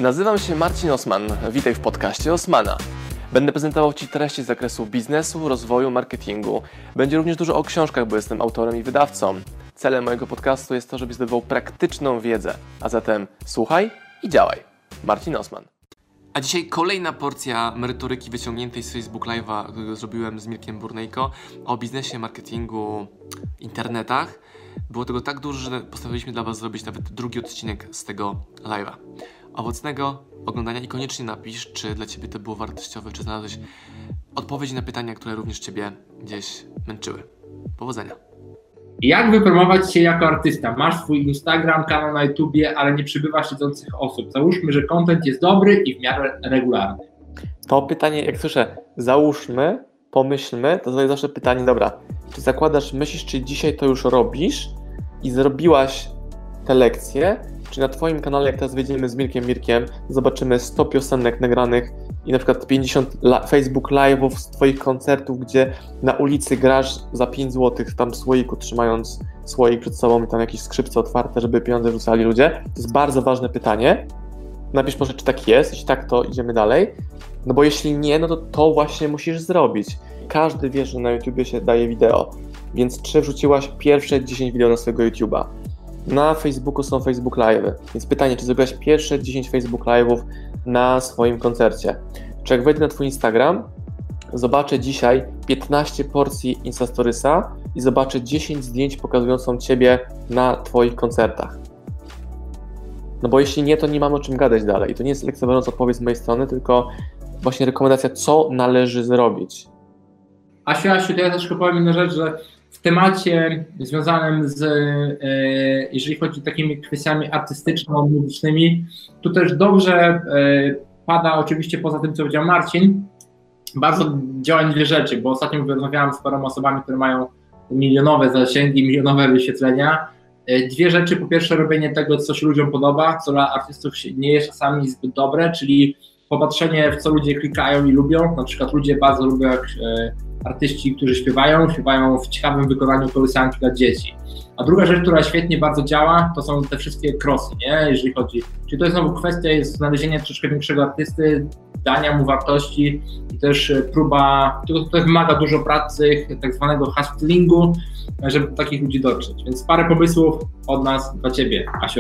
Nazywam się Marcin Osman. Witaj w podcaście Osmana. Będę prezentował Ci treści z zakresu biznesu, rozwoju, marketingu. Będzie również dużo o książkach, bo jestem autorem i wydawcą. Celem mojego podcastu jest to, żebyś zdobywał praktyczną wiedzę. A zatem słuchaj i działaj. Marcin Osman. A dzisiaj kolejna porcja merytoryki wyciągniętej z Facebook Live'a, którego zrobiłem z Mirkiem Burnejko, o biznesie, marketingu, internetach. Było tego tak dużo, że postanowiliśmy dla Was zrobić nawet drugi odcinek z tego live'a. Owocnego oglądania i koniecznie napisz, czy dla Ciebie to było wartościowe, czy znalazłeś odpowiedzi na pytania, które również Ciebie gdzieś męczyły. Powodzenia. Jak wypromować się jako artysta? Masz swój Instagram, kanał na YouTubie, ale nie przybywa śledzących osób. Załóżmy, że content jest dobry i w miarę regularny. To pytanie, jak słyszę, załóżmy, pomyślmy, to zadaję zawsze pytanie, dobra, czy zakładasz, myślisz, czy dzisiaj to już robisz i zrobiłaś te lekcje, czy na Twoim kanale, jak teraz wejdziemy z Mirkiem, zobaczymy 100 piosenek nagranych i na przykład 50 Facebook Live'ów z Twoich koncertów, gdzie na ulicy grasz za 5 zł tam w słoiku, trzymając słoik przed sobą i tam jakieś skrzypce otwarte, żeby pieniądze rzucali ludzie. To jest bardzo ważne pytanie. Napisz może, czy tak jest, jeśli tak, to idziemy dalej. No bo jeśli nie, no to właśnie musisz zrobić. Każdy wie, że na YouTubie się daje wideo, więc czy wrzuciłaś pierwsze 10 wideo na swojego YouTube'a? Na Facebooku są Facebook Live'y, więc pytanie, czy zrobiłaś pierwsze 10 Facebook Live'ów na swoim koncercie? Czy jak wejdę na Twój Instagram, zobaczę dzisiaj 15 porcji Instastorysa i zobaczę 10 zdjęć pokazującą Ciebie na Twoich koncertach? No bo jeśli nie, to nie mamy o czym gadać dalej. I to nie jest lekceważąca odpowiedź z mojej strony, tylko właśnie rekomendacja, co należy zrobić. Asiu, to ja też powiem inną rzecz, że w temacie związanym z, jeżeli chodzi o takimi kwestiami artystyczno-muzycznymi, tu też dobrze pada, oczywiście poza tym, co powiedział Marcin, bardzo działają dwie rzeczy, bo ostatnio rozmawiałem z paroma osobami, które mają milionowe zasięgi, milionowe wyświetlenia. Dwie rzeczy, po pierwsze robienie tego, co się ludziom podoba, co dla artystów nie jest czasami zbyt dobre, czyli popatrzenie, w co ludzie klikają i lubią. Na przykład ludzie bardzo lubią, jak artyści, którzy śpiewają w ciekawym wykonaniu kołysanki dla dzieci. A druga rzecz, która świetnie bardzo działa, to są te wszystkie crossy, nie? Jeżeli chodzi. Czyli to jest znowu kwestia znalezienia troszkę większego artysty, dania mu wartości i też próba, to wymaga dużo pracy, tak zwanego hustlingu, żeby do takich ludzi dotrzeć. Więc parę pomysłów od nas dla Ciebie, Asiu.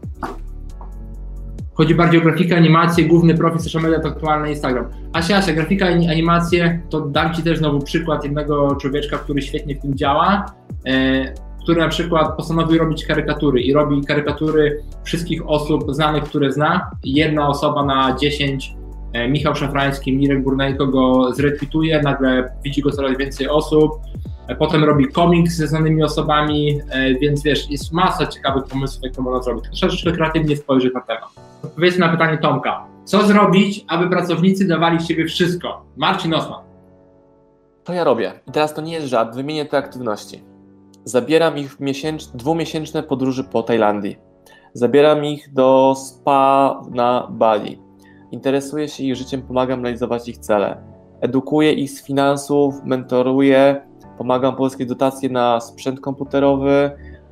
Chodzi bardziej o grafikę, animację, główny profil social media to aktualny Instagram. Asia, grafika i animację, to dam Ci też znowu przykład jednego człowieczka, który świetnie w tym działa, który na przykład postanowił robić karykatury i robi karykatury wszystkich osób znanych, które zna. Jedna osoba na 10, Michał Szafrański, Mirek Burnejko go zretweetuje, nagle widzi go coraz więcej osób. Potem robi komiks ze znanymi osobami, więc wiesz, jest masa ciekawych pomysłów, jak to można zrobić. Troszeczkę kreatywnie spojrzeć na temat. Odpowiedz na pytanie Tomka. Co zrobić, aby pracownicy dawali z siebie wszystko? Marcin Osman. To ja robię. I teraz to nie jest żart, wymienię te aktywności. Zabieram ich w dwumiesięczne podróże po Tajlandii. Zabieram ich do spa na Bali. Interesuję się ich życiem, pomagam realizować ich cele. Edukuję ich z finansów, mentoruję, pomagam pozyskać dotacje na sprzęt komputerowy.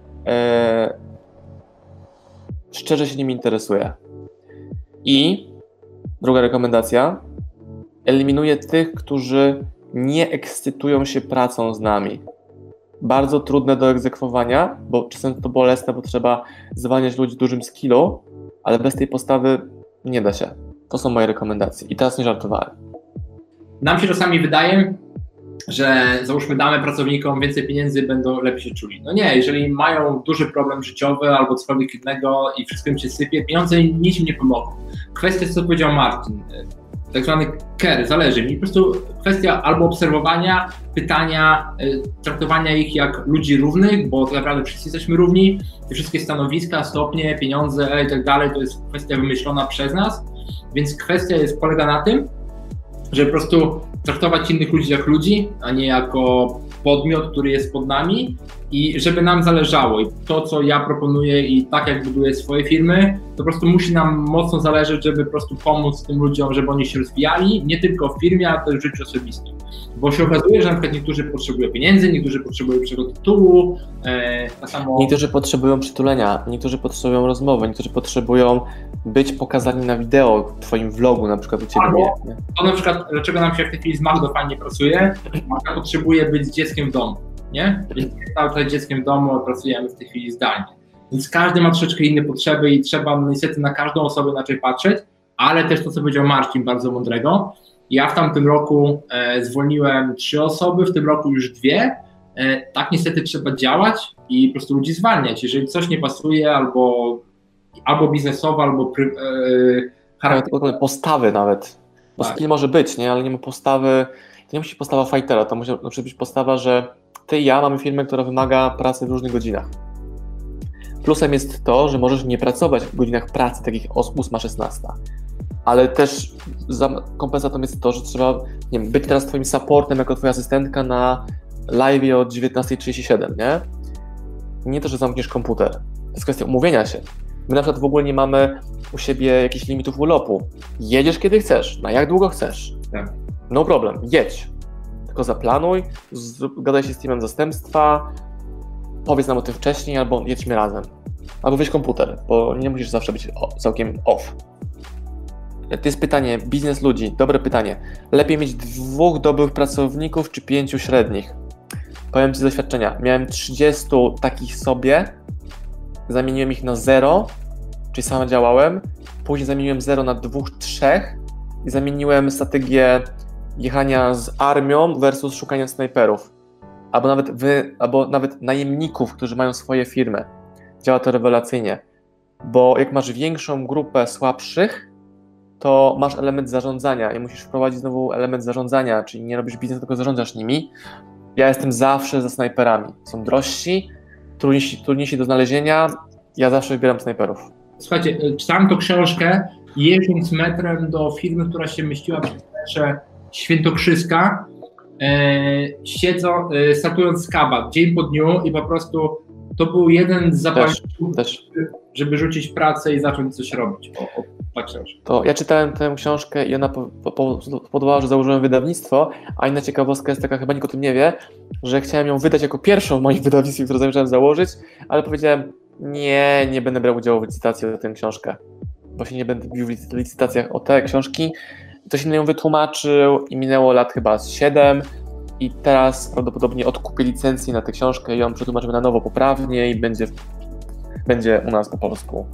Szczerze się nimi interesuję. I druga rekomendacja. Eliminuję tych, którzy nie ekscytują się pracą z nami. Bardzo trudne do egzekwowania, bo czasem to bolesne, bo trzeba zwalniać ludzi dużym skillu, ale bez tej postawy nie da się. To są moje rekomendacje. I teraz nie żartowałem. Nam się czasami wydaje, że załóżmy damy pracownikom więcej pieniędzy, będą lepiej się czuli. No nie, jeżeli mają duży problem życiowy albo cokolwiek innego i wszystko im się sypie, pieniądze nic im nie pomogą. Kwestia, co powiedział Marcin, tak zwany care, zależy mi, po prostu kwestia albo obserwowania, pytania, traktowania ich jak ludzi równych, bo tak naprawdę wszyscy jesteśmy równi, te wszystkie stanowiska, stopnie, pieniądze i tak dalej, to jest kwestia wymyślona przez nas, więc kwestia polega na tym, żeby po prostu traktować innych ludzi jak ludzi, a nie jako podmiot, który jest pod nami i żeby nam zależało. I to, co ja proponuję i tak jak buduję swoje firmy, to po prostu musi nam mocno zależeć, żeby po prostu pomóc tym ludziom, żeby oni się rozwijali, nie tylko w firmie, ale też w życiu osobistym. Bo się okazuje, że na przykład niektórzy potrzebują pieniędzy, niektórzy potrzebują lepszego tytułu, tak samo... Niektórzy potrzebują przytulenia, niektórzy potrzebują rozmowy, niektórzy potrzebują być pokazani na wideo w twoim vlogu, na przykład u ciebie. Nie? To na przykład, dlaczego nam się w tej chwili z Magdą fajnie pracuje, Magda potrzebuje być z dzieckiem w domu, nie? Więc cały czas dzieckiem w domu, pracujemy w tej chwili zdalnie. Więc każdy ma troszeczkę inne potrzeby i trzeba niestety na każdą osobę inaczej patrzeć, ale też to, co powiedział Marcin, bardzo mądrego. Ja w tamtym roku zwolniłem 3 osoby, w tym roku już 2. Tak niestety trzeba działać i po prostu ludzi zwalniać. Jeżeli coś nie pasuje, albo biznesowo, albo charakterowe. Postawy nawet. Bo tak. Skill może być, nie? Ale nie ma postawy, to nie musi być postawa fightera, to musi być postawa, że ty i ja mamy firmę, która wymaga pracy w różnych godzinach. Plusem jest to, że możesz nie pracować w godzinach pracy, takich 8-16, ale też kompensatą jest to, że trzeba, nie wiem, być teraz twoim supportem jako twoja asystentka na live od 19:37, nie? Nie to, że zamkniesz komputer. To jest kwestia umówienia się. My na przykład w ogóle nie mamy u siebie jakichś limitów urlopu. Jedziesz kiedy chcesz, na jak długo chcesz. Tak. No problem, jedź. Tylko zaplanuj, gadaj się z teamem zastępstwa, powiedz nam o tym wcześniej, albo jedźmy razem. Albo weź komputer, bo nie musisz zawsze być całkiem off. To jest pytanie, biznes ludzi, dobre pytanie. Lepiej mieć 2 dobrych pracowników, czy 5 średnich? Powiem ci z doświadczenia, miałem 30 takich sobie, zamieniłem ich na 0, czyli sam działałem, później zamieniłem 0 na 2-3 i zamieniłem strategię jechania z armią versus szukania snajperów. Albo nawet najemników, którzy mają swoje firmy. Działa to rewelacyjnie, bo jak masz większą grupę słabszych, to masz element zarządzania i musisz wprowadzić znowu element zarządzania, czyli nie robisz biznesu, tylko zarządzasz nimi. Ja jestem zawsze za snajperami. Są drożsi, trudniejsi do znalezienia, ja zawsze wybieram snajperów. Słuchajcie, czytałem tą książkę, jeżdżąc metrem do firmy, która się mieściła przy metrze Świętokrzyska, startując z kabat, dzień po dniu i po prostu to był jeden z zapalników, żeby rzucić pracę i zacząć coś robić. To ja czytałem tę książkę i ona powodowała, że założyłem wydawnictwo, a inna ciekawostka jest taka, chyba nikt o tym nie wie, że chciałem ją wydać jako pierwszą w moim wydawnictwie, które zamierzałem założyć, ale powiedziałem, nie będę brał udziału w licytacji o tę książkę. Właśnie nie będę bił w licytacjach o te książki. Ktoś inny ją wytłumaczył i minęło lat chyba 7 i teraz prawdopodobnie odkupię licencję na tę książkę i ją przetłumaczymy na nowo poprawnie i będzie u nas po polsku.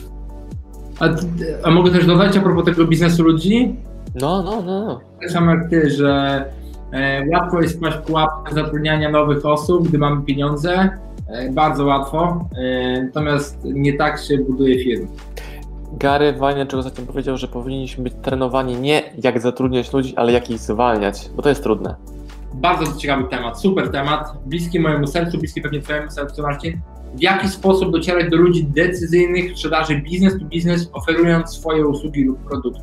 A mogę też dodać a propos tego biznesu ludzi? No. Tak samo jak ty, że łatwo jest wpaść w pułapkę zatrudniania nowych osób, gdy mamy pieniądze. Bardzo łatwo, natomiast nie tak się buduje firmy. Gary Vaynerchuk ostatnio powiedział, że powinniśmy być trenowani nie jak zatrudniać ludzi, ale jak ich zwalniać, bo to jest trudne. Bardzo ciekawy temat, super temat, bliski mojemu sercu, bliski pewnie twojemu sercu, Marcin. W jaki sposób docierać do ludzi decyzyjnych w sprzedaży business to business, oferując swoje usługi lub produkty?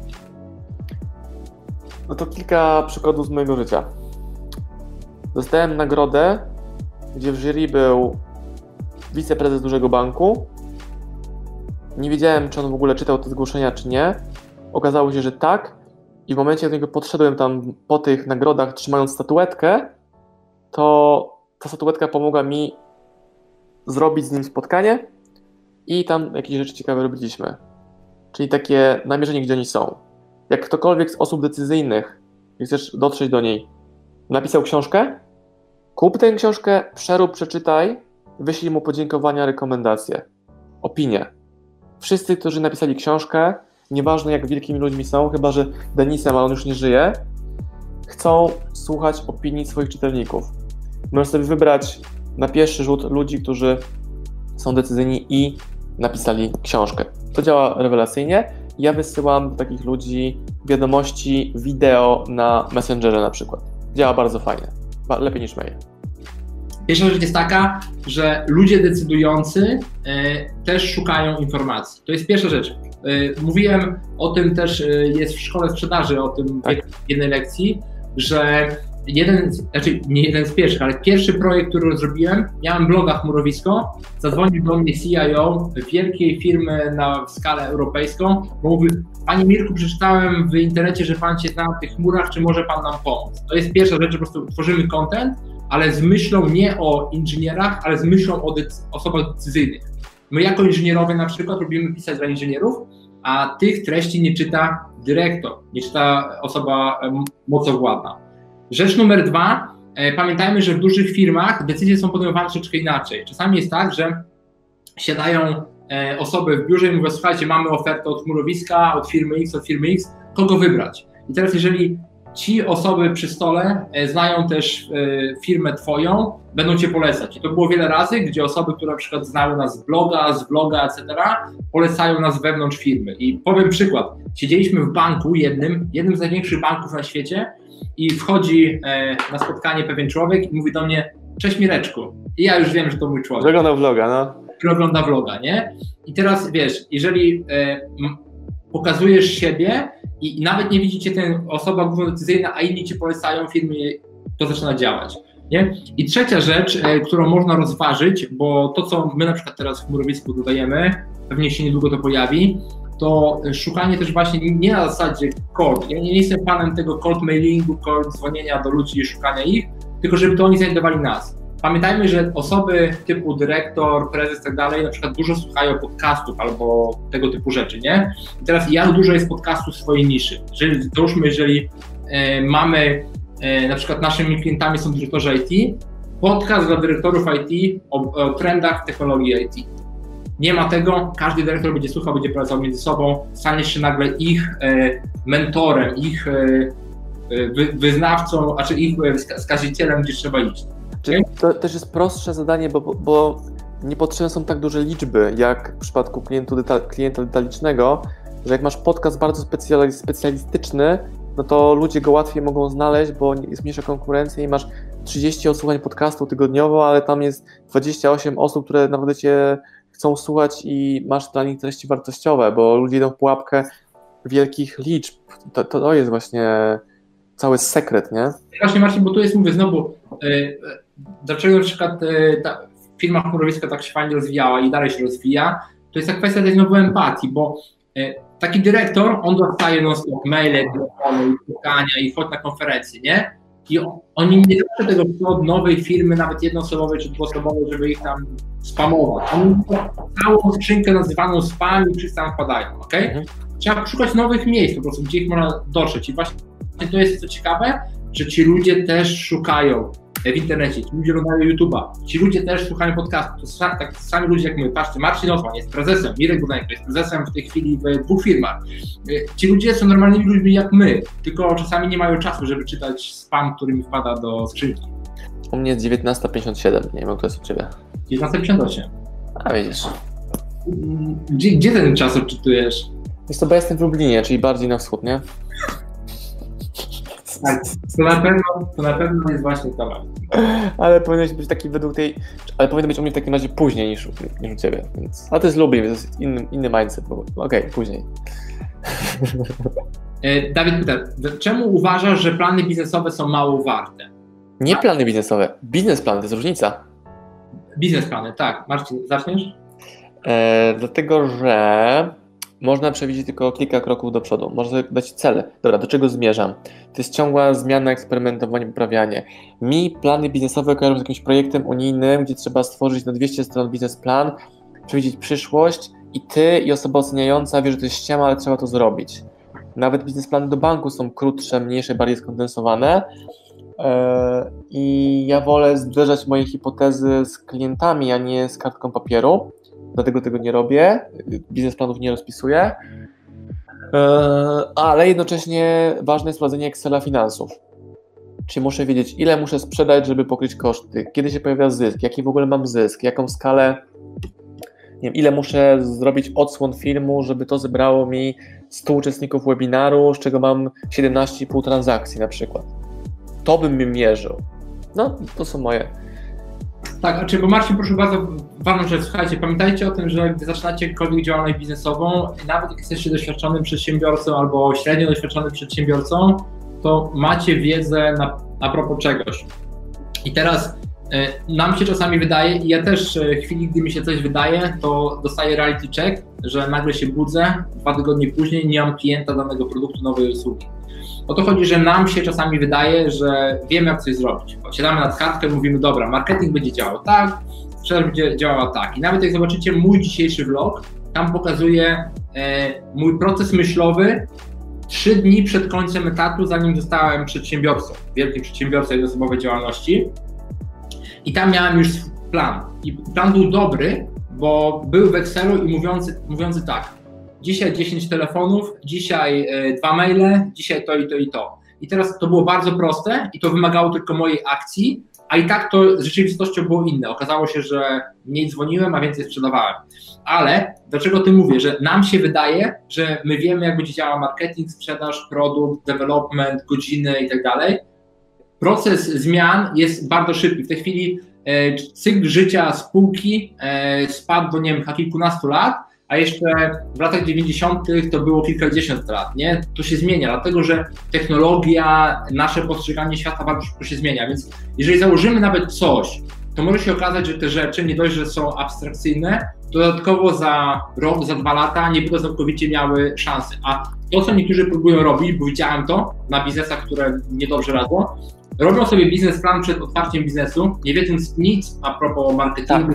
No to kilka przykładów z mojego życia. Dostałem nagrodę, gdzie w jury był wiceprezes dużego banku. Nie wiedziałem, czy on w ogóle czytał te zgłoszenia, czy nie. Okazało się, że tak. I w momencie, jak do niego podszedłem tam po tych nagrodach, trzymając statuetkę, to ta statuetka pomogła mi zrobić z nim spotkanie i tam jakieś rzeczy ciekawe robiliśmy. Czyli takie namierzenie, gdzie oni są. Jak ktokolwiek z osób decyzyjnych, jeśli chcesz dotrzeć do niej, napisał książkę, kup tę książkę, przerób, przeczytaj, wyślij mu podziękowania, rekomendacje, opinie. Wszyscy, którzy napisali książkę, nieważne jak wielkimi ludźmi są, chyba że Denisem, ale on już nie żyje, chcą słuchać opinii swoich czytelników. Możesz sobie wybrać na pierwszy rzut ludzi, którzy są decyzyjni i napisali książkę. To działa rewelacyjnie. Ja wysyłam do takich ludzi wiadomości wideo na Messengerze na przykład. Działa bardzo fajnie. Lepiej niż mail. Pierwsza rzecz jest taka, że ludzie decydujący też szukają informacji. To jest pierwsza rzecz. Mówiłem o tym też, jest w szkole sprzedaży, o tym w jednej lekcji, że nie jeden z pierwszych, ale pierwszy projekt, który zrobiłem, miałem bloga Chmurowisko, zadzwonił do mnie CIO wielkiej firmy na skalę europejską, bo mówi: Panie Mirku, przeczytałem w internecie, że Pan się zna na tych chmurach, czy może Pan nam pomóc? To jest pierwsza rzecz, że po prostu tworzymy content, ale z myślą nie o inżynierach, ale z myślą o osobach decyzyjnych. My jako inżynierowie na przykład lubimy pisać dla inżynierów, a tych treści nie czyta dyrektor, nie czyta osoba mocowładna. Rzecz numer 2, pamiętajmy, że w dużych firmach decyzje są podejmowane troszeczkę inaczej. Czasami jest tak, że siadają osoby w biurze i mówią: słuchajcie, mamy ofertę od Chmurowiska, od firmy X, kogo wybrać? I teraz jeżeli ci osoby przy stole znają też firmę twoją, będą cię polecać. I to było wiele razy, gdzie osoby, które na przykład znały nas z bloga, etc., polecają nas wewnątrz firmy. I powiem przykład. Siedzieliśmy w banku jednym z największych banków na świecie i wchodzi na spotkanie pewien człowiek i mówi do mnie: cześć Mireczku. I ja już wiem, że to mój człowiek. Ogląda vloga, no. Ogląda vloga, nie? I teraz wiesz, jeżeli pokazujesz siebie i nawet nie widzicie tę osobę głównodecyzyjna, a inni ci polecają firmy, to zaczyna działać. Nie? I trzecia rzecz, którą można rozważyć, bo to, co my na przykład teraz w Chmurowisku dodajemy, pewnie się niedługo to pojawi, to szukanie też właśnie nie na zasadzie cold. Ja nie jestem fanem tego cold mailingu, cold dzwonienia do ludzi i szukania ich, tylko żeby to oni znajdowali nas. Pamiętajmy, że osoby typu dyrektor, prezes i tak dalej, na przykład dużo słuchają podcastów albo tego typu rzeczy, nie? I teraz jak dużo jest podcastów w swojej niszy? Jeżeli mamy, na przykład naszymi klientami są dyrektorzy IT, podcast dla dyrektorów IT o trendach technologii IT. Nie ma tego, każdy dyrektor będzie słuchał, będzie pracował między sobą, staniesz się nagle ich mentorem, ich wyznawcą, a czy ich wskazicielem, gdzie trzeba iść. To też jest prostsze zadanie, bo nie potrzebne są tak duże liczby, jak w przypadku klienta detalicznego, że jak masz podcast bardzo specjalistyczny, no to ludzie go łatwiej mogą znaleźć, bo jest mniejsza konkurencja i masz 30 odsłuchań podcastu tygodniowo, ale tam jest 28 osób, które naprawdę cię chcą słuchać i masz dla nich treści wartościowe, bo ludzie idą w pułapkę wielkich liczb. To jest właśnie cały sekret, nie? Właśnie Marcin, bo tu jest, mówię znowu, dlaczego na przykład ta firma Chmurowiska tak się fajnie rozwijała i dalej się rozwija, to jest ta kwestia tej znowu empatii, bo taki dyrektor, on dostaje non-stop maile, telefony, spotkania i chodź na konferencje, nie? I oni nie zawsze tego chcą od nowej firmy, nawet jednoosobowej czy dwuosobowej, żeby ich tam spamować. Oni całą skrzynkę nazywaną spam i wszyscy tam wpadają, okej? Okay? Trzeba szukać nowych miejsc po prostu, gdzie ich można dotrzeć. I właśnie to jest co ciekawe, że ci ludzie też szukają w internecie, ci ludzie oglądają YouTube'a, ci ludzie też słuchają podcastów. To tak sami ludzie jak my. Patrzcie, Marcin Osman jest prezesem, Mirek Budańko jest prezesem w tej chwili w 2 firmach. Ci ludzie są normalnymi ludźmi jak my, tylko czasami nie mają czasu, żeby czytać spam, który mi wpada do skrzynki. U mnie jest 19:57, nie wiem, jak to jest u ciebie. 19:58. A widzisz. Gdzie ten czas odczytujesz? Jest to, bo ja jestem w Lublinie, czyli bardziej na wschód, nie? Tak, to na pewno jest właśnie temat. Ale powinno być taki według tej... Ale powinno być u mnie w takim razie później niż u ciebie, więc... A to jest Lublin, to jest inny mindset, bo okej, później. Dawid pyta, czemu uważasz, że plany biznesowe są mało warte? Nie plany biznesowe, biznesplany, to jest różnica. Biznesplany, tak. Marcin, zaczniesz? Dlatego, że można przewidzieć tylko kilka kroków do przodu. Można dać cele. Dobra, do czego zmierzam? To jest ciągła zmiana, eksperymentowanie, poprawianie. Mi plany biznesowe kojarzą z jakimś projektem unijnym, gdzie trzeba stworzyć na 200 stron biznesplan, przewidzieć przyszłość i ty i osoba oceniająca wie, że to jest ściema, ale trzeba to zrobić. Nawet biznesplany do banku są krótsze, mniejsze, bardziej skondensowane. I ja wolę zderzać moje hipotezy z klientami, a nie z kartką papieru. Dlatego tego nie robię, biznesplanów nie rozpisuję, ale jednocześnie ważne jest prowadzenie Excela finansów. Czyli muszę wiedzieć, ile muszę sprzedać, żeby pokryć koszty, kiedy się pojawia zysk, jaki w ogóle mam zysk, jaką skalę, nie wiem, ile muszę zrobić odsłon filmu, żeby to zebrało mi 100 uczestników webinaru, z czego mam 17,5 transakcji na przykład. To bym mi mierzył. No, to są moje. Tak, bo Marcin, proszę bardzo, ważną rzecz, słuchajcie, pamiętajcie o tym, że gdy zaczynacie jakąkolwiek działalność biznesową, nawet jak jesteście doświadczonym przedsiębiorcą albo średnio doświadczonym przedsiębiorcą, to macie wiedzę a propos czegoś. I teraz nam się czasami wydaje, i ja też w chwili, gdy mi się coś wydaje, to dostaję reality check, że nagle się budzę, 2 tygodnie później nie mam klienta danego produktu, nowej usługi. O to chodzi, że nam się czasami wydaje, że wiemy, jak coś zrobić. Siadamy nad kartkę, mówimy, dobra, marketing będzie działał tak, sprzedaż będzie działała tak. I nawet jak zobaczycie mój dzisiejszy vlog, tam pokazuję mój proces myślowy 3 dni przed końcem etatu, zanim zostałem przedsiębiorcą, wielkim przedsiębiorcą jednoosobowej działalności. I tam miałem już plan. I plan był dobry, bo był w Excelu i mówiący tak, dzisiaj 10 telefonów, dzisiaj 2 maile, dzisiaj to i to i to. I teraz to było bardzo proste i to wymagało tylko mojej akcji, a i tak to z rzeczywistością było inne. Okazało się, że mniej dzwoniłem, a więcej sprzedawałem. Ale dlaczego o tym mówię? Że nam się wydaje, że my wiemy, jak będzie działał marketing, sprzedaż, produkt, development, godziny i tak dalej. Proces zmian jest bardzo szybki. W tej chwili cykl życia spółki spadł do, nie wiem, kilkunastu lat, a jeszcze w latach 90. to było kilkadziesiąt lat, nie? To się zmienia, dlatego że technologia, nasze postrzeganie świata bardzo szybko się zmienia, więc jeżeli założymy nawet coś, to może się okazać, że te rzeczy nie dość, że są abstrakcyjne, to dodatkowo za rok, za 2 lata nie będą całkowicie miały szansy. A to, co niektórzy próbują robić, bo widziałem to na biznesach, które niedobrze radzą, robią sobie biznesplan przed otwarciem biznesu, nie wiedząc nic a propos marketingu,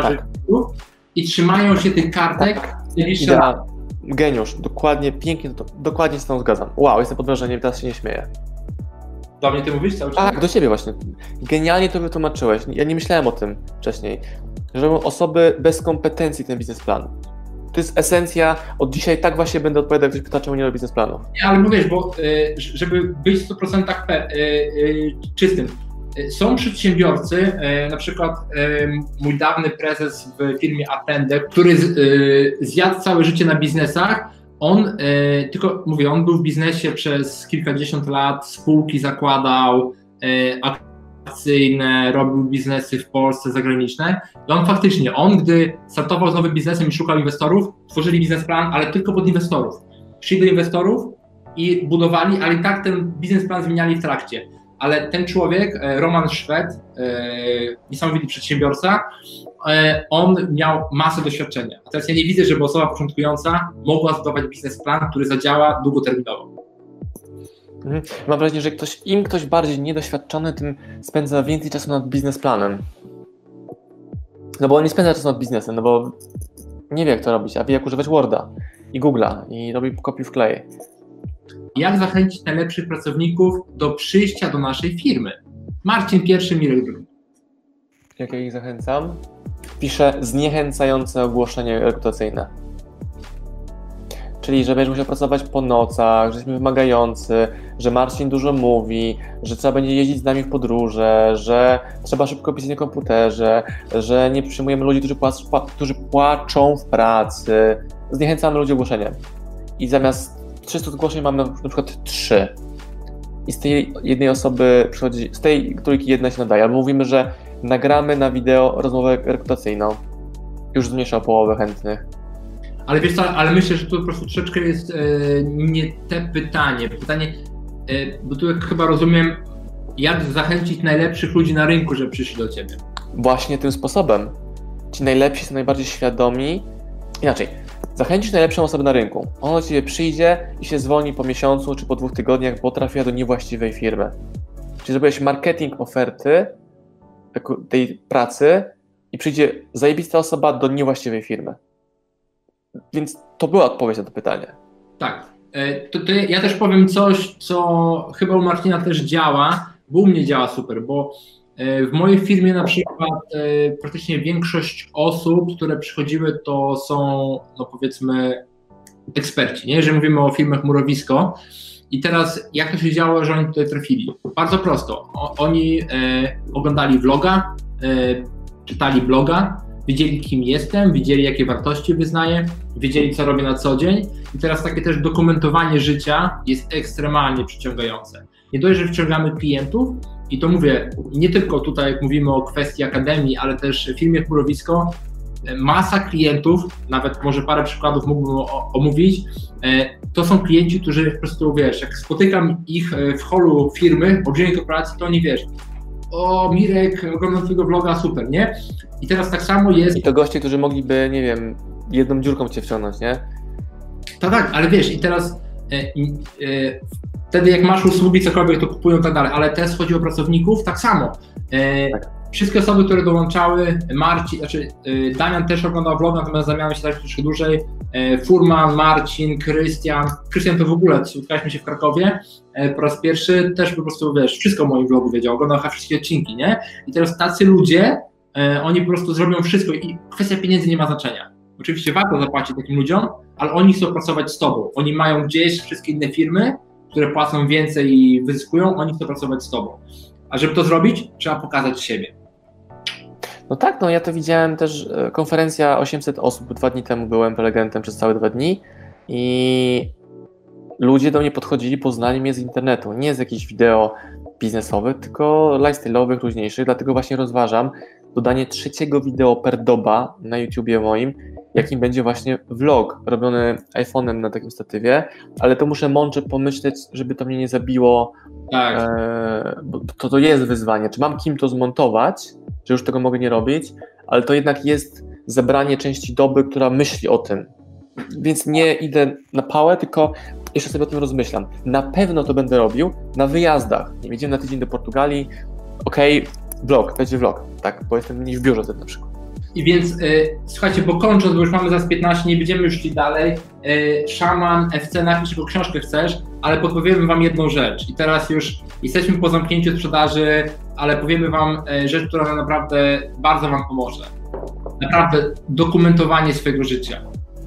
i trzymają się tych kartek. Geniusz, dokładnie, pięknie, dokładnie z tą zgadzam. Wow, jestem pod wrażeniem, teraz się nie śmieję. Do mnie ty mówisz cały czas? Tak, do ciebie właśnie. Genialnie to wytłumaczyłeś. Ja nie myślałem o tym wcześniej. Że robią osoby bez kompetencji ten biznesplan. To jest esencja, od dzisiaj tak właśnie będę odpowiadał, jak ktoś pyta, czemu nie robi biznesplanów. Nie, ale mówisz, bo żeby być w 100% czystym, są przedsiębiorcy, na przykład mój dawny prezes w firmie Attende, który zjadł całe życie na biznesach, on tylko mówię, on był w biznesie przez kilkadziesiąt lat, spółki zakładał, akcyjne, robił biznesy w Polsce, zagraniczne i on faktycznie, gdy startował z nowym biznesem i szukał inwestorów, tworzyli biznesplan, ale tylko pod inwestorów. Szli do inwestorów i budowali, ale i tak ten biznesplan zmieniali w trakcie. Ale ten człowiek, Roman Szwed, niesamowity przedsiębiorca, on miał masę doświadczenia. A teraz ja nie widzę, żeby osoba początkująca mogła zbudować biznesplan, który zadziała długoterminowo. Mam wrażenie, że im ktoś bardziej niedoświadczony, tym spędza więcej czasu nad biznesplanem. No bo on nie spędza czasu nad biznesem, no bo nie wie, jak to robić, a wie, jak używać Worda i Google'a i robi kopiuj wklej. Jak zachęcić najlepszych pracowników do przyjścia do naszej firmy? Marcin I, Mirek II. Jak ja ich zachęcam? Piszę zniechęcające ogłoszenie rekrutacyjne. Czyli, że będziesz musiał pracować po nocach, że jesteśmy wymagający, że Marcin dużo mówi, że trzeba będzie jeździć z nami w podróże, że trzeba szybko pisać na komputerze, że nie przyjmujemy ludzi, którzy płaczą w pracy. Zniechęcamy ludzi ogłoszeniem. I zamiast 300 zgłoszeń mamy na przykład 3. I z tej jednej osoby przychodzi, z tej trójki jedna się nadaje. Albo mówimy, że nagramy na wideo rozmowę rekrutacyjną. Już zmniejsza o połowę chętnych. Ale wiesz co, ale myślę, że tu po prostu troszeczkę jest nie te pytanie. Bo tu chyba rozumiem, jak zachęcić najlepszych ludzi na rynku, żeby przyszli do ciebie. Właśnie tym sposobem. Ci najlepsi są najbardziej świadomi. Inaczej, zachęcisz najlepszą osobę na rynku. On do ciebie przyjdzie i się zwolni po miesiącu czy po 2 tygodniach, bo trafiła do niewłaściwej firmy. Czyli zrobiłeś marketing oferty tej pracy i przyjdzie zajebista osoba do niewłaściwej firmy. Więc to była odpowiedź na to pytanie. Tak. To ja też powiem coś, co chyba u Marcina też działa, bo u mnie działa super, bo w mojej firmie na przykład praktycznie większość osób, które przychodziły, to są, no powiedzmy, eksperci, nie? Jeżeli mówimy o firmach Murowisko. I teraz jak to się działo, że oni tutaj trafili? Bardzo prosto. Oni oglądali vloga, czytali bloga, wiedzieli, kim jestem, wiedzieli, jakie wartości wyznaję, wiedzieli, co robię na co dzień i teraz takie też dokumentowanie życia jest ekstremalnie przyciągające. Nie dość, że wciągamy klientów i to mówię, nie tylko tutaj, jak mówimy o kwestii akademii, ale też w firmie Murowisko, masa klientów, nawet może parę przykładów mógłbym omówić, to są klienci, którzy po prostu, wiesz, jak spotykam ich w holu firmy, olbrzymiej korporacji, to oni, wiesz, o Mirek, oglądam twojego vloga, super, nie? I teraz tak samo jest... I to goście, którzy mogliby, nie wiem, jedną dziurką cię wciągnąć, nie? Tak, ale wiesz, i teraz wtedy jak masz usługi, cokolwiek, to kupują i tak dalej, ale teraz chodzi o pracowników, tak samo. Tak. Wszystkie osoby, które dołączały, Damian też oglądał vlog, natomiast zamiałem się tak troszkę dłużej, Furman, Marcin, Krystian to w ogóle, spotkaliśmy się w Krakowie po raz pierwszy, też po prostu, wiesz, wszystko o moim vlogu wiedział, oglądał wszystkie odcinki, nie? I teraz tacy ludzie, oni po prostu zrobią wszystko i kwestia pieniędzy nie ma znaczenia. Oczywiście warto zapłacić takim ludziom, ale oni chcą pracować z tobą, oni mają gdzieś wszystkie inne firmy, które płacą więcej i wyzyskują, oni chcą pracować z tobą. A żeby to zrobić, trzeba pokazać siebie. No tak, no ja to widziałem też, konferencja 800 osób, 2 dni temu byłem prelegentem przez całe 2 dni i ludzie do mnie podchodzili, poznali mnie z internetu, nie z jakichś wideo biznesowych, tylko lifestyle'owych, luźniejszych, dlatego właśnie rozważam dodanie 3. wideo per doba na YouTubie moim, jakim będzie właśnie vlog robiony iPhone'em na takim statywie, ale to muszę mądrze pomyśleć, żeby to mnie nie zabiło, Tak. bo to jest wyzwanie, czy mam kim to zmontować, że już tego mogę nie robić, ale to jednak jest zebranie części doby, która myśli o tym, więc nie idę na pałę, tylko jeszcze sobie o tym rozmyślam. Na pewno to będę robił na wyjazdach, nie jedziemy na tydzień do Portugalii, vlog, będzie vlog, tak, bo jestem mniej w biurze wtedy na przykład. I więc słuchajcie, bo kończąc, bo już mamy zaraz 15, nie będziemy już szli dalej. Szaman FC, napisz, jaką książkę chcesz, ale podpowiemy wam jedną rzecz. I teraz już jesteśmy po zamknięciu sprzedaży, ale powiemy wam rzecz, która naprawdę bardzo wam pomoże. Naprawdę dokumentowanie swojego życia.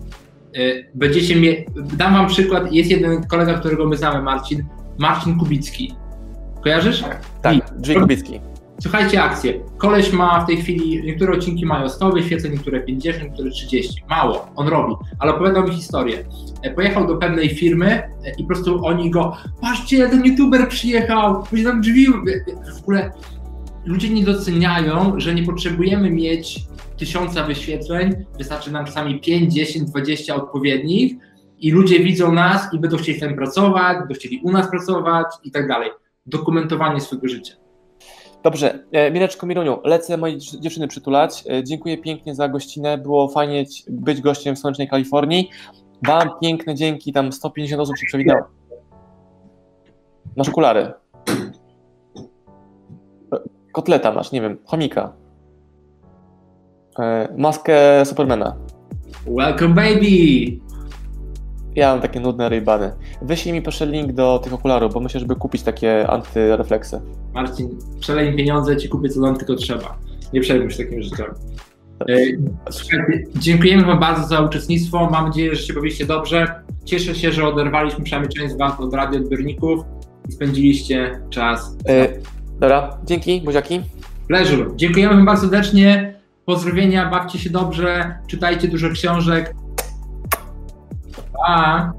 Dam wam przykład, jest jeden kolega, którego my znamy, Marcin Kubicki. Kojarzysz? Tak, Drzwi Kubicki. Słuchajcie akcję. Koleś ma w tej chwili, niektóre odcinki mają 100 wyświetleń, niektóre 50, niektóre 30. Mało, on robi, ale opowiadał mi historię. Pojechał do pewnej firmy i po prostu oni go, patrzcie, ten youtuber przyjechał, będzie tam drzwi. W ogóle ludzie nie doceniają, że nie potrzebujemy mieć 1000 wyświetleń, wystarczy nam czasami 5, 10, 20 odpowiednich i ludzie widzą nas i będą chcieli tam pracować, będą chcieli u nas pracować i tak dalej. Dokumentowanie swojego życia. Dobrze, Mireczko, Miruniu, lecę moje dziewczyny przytulać. Dziękuję pięknie za gościnę, było fajnie być gościem w słonecznej Kalifornii. Wam piękne dzięki, tam 150 osób się przewinęło. Masz okulary. Kotleta masz, nie wiem, chomika. Maskę Supermana. Welcome baby! Ja mam takie nudne rejbany. Wyślij mi proszę link do tych okularów, bo myślę, żeby kupić takie antyrefleksy. Marcin, przelej mi pieniądze, ci kupię co nam tylko trzeba. Nie przejmuj się takimi rzeczami. Słuchajcie, dziękujemy wam bardzo za uczestnictwo. Mam nadzieję, że się bawiliście dobrze. Cieszę się, że oderwaliśmy przynajmniej część z was od radioodbiorników i spędziliście czas. Dobra, dzięki, buziaki. Pleasure. Dziękujemy wam bardzo serdecznie. Pozdrowienia, bawcie się dobrze, czytajcie dużo książek. Pa!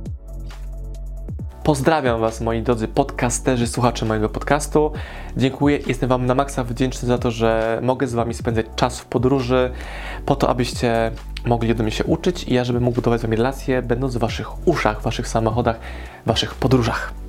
Pozdrawiam was, moi drodzy podcasterzy, słuchacze mojego podcastu. Dziękuję, jestem wam na maksa wdzięczny za to, że mogę z wami spędzać czas w podróży, po to, abyście mogli ode mnie się uczyć i ja, żebym mógł budować z wami relacje, będąc w waszych uszach, w waszych samochodach, w waszych podróżach.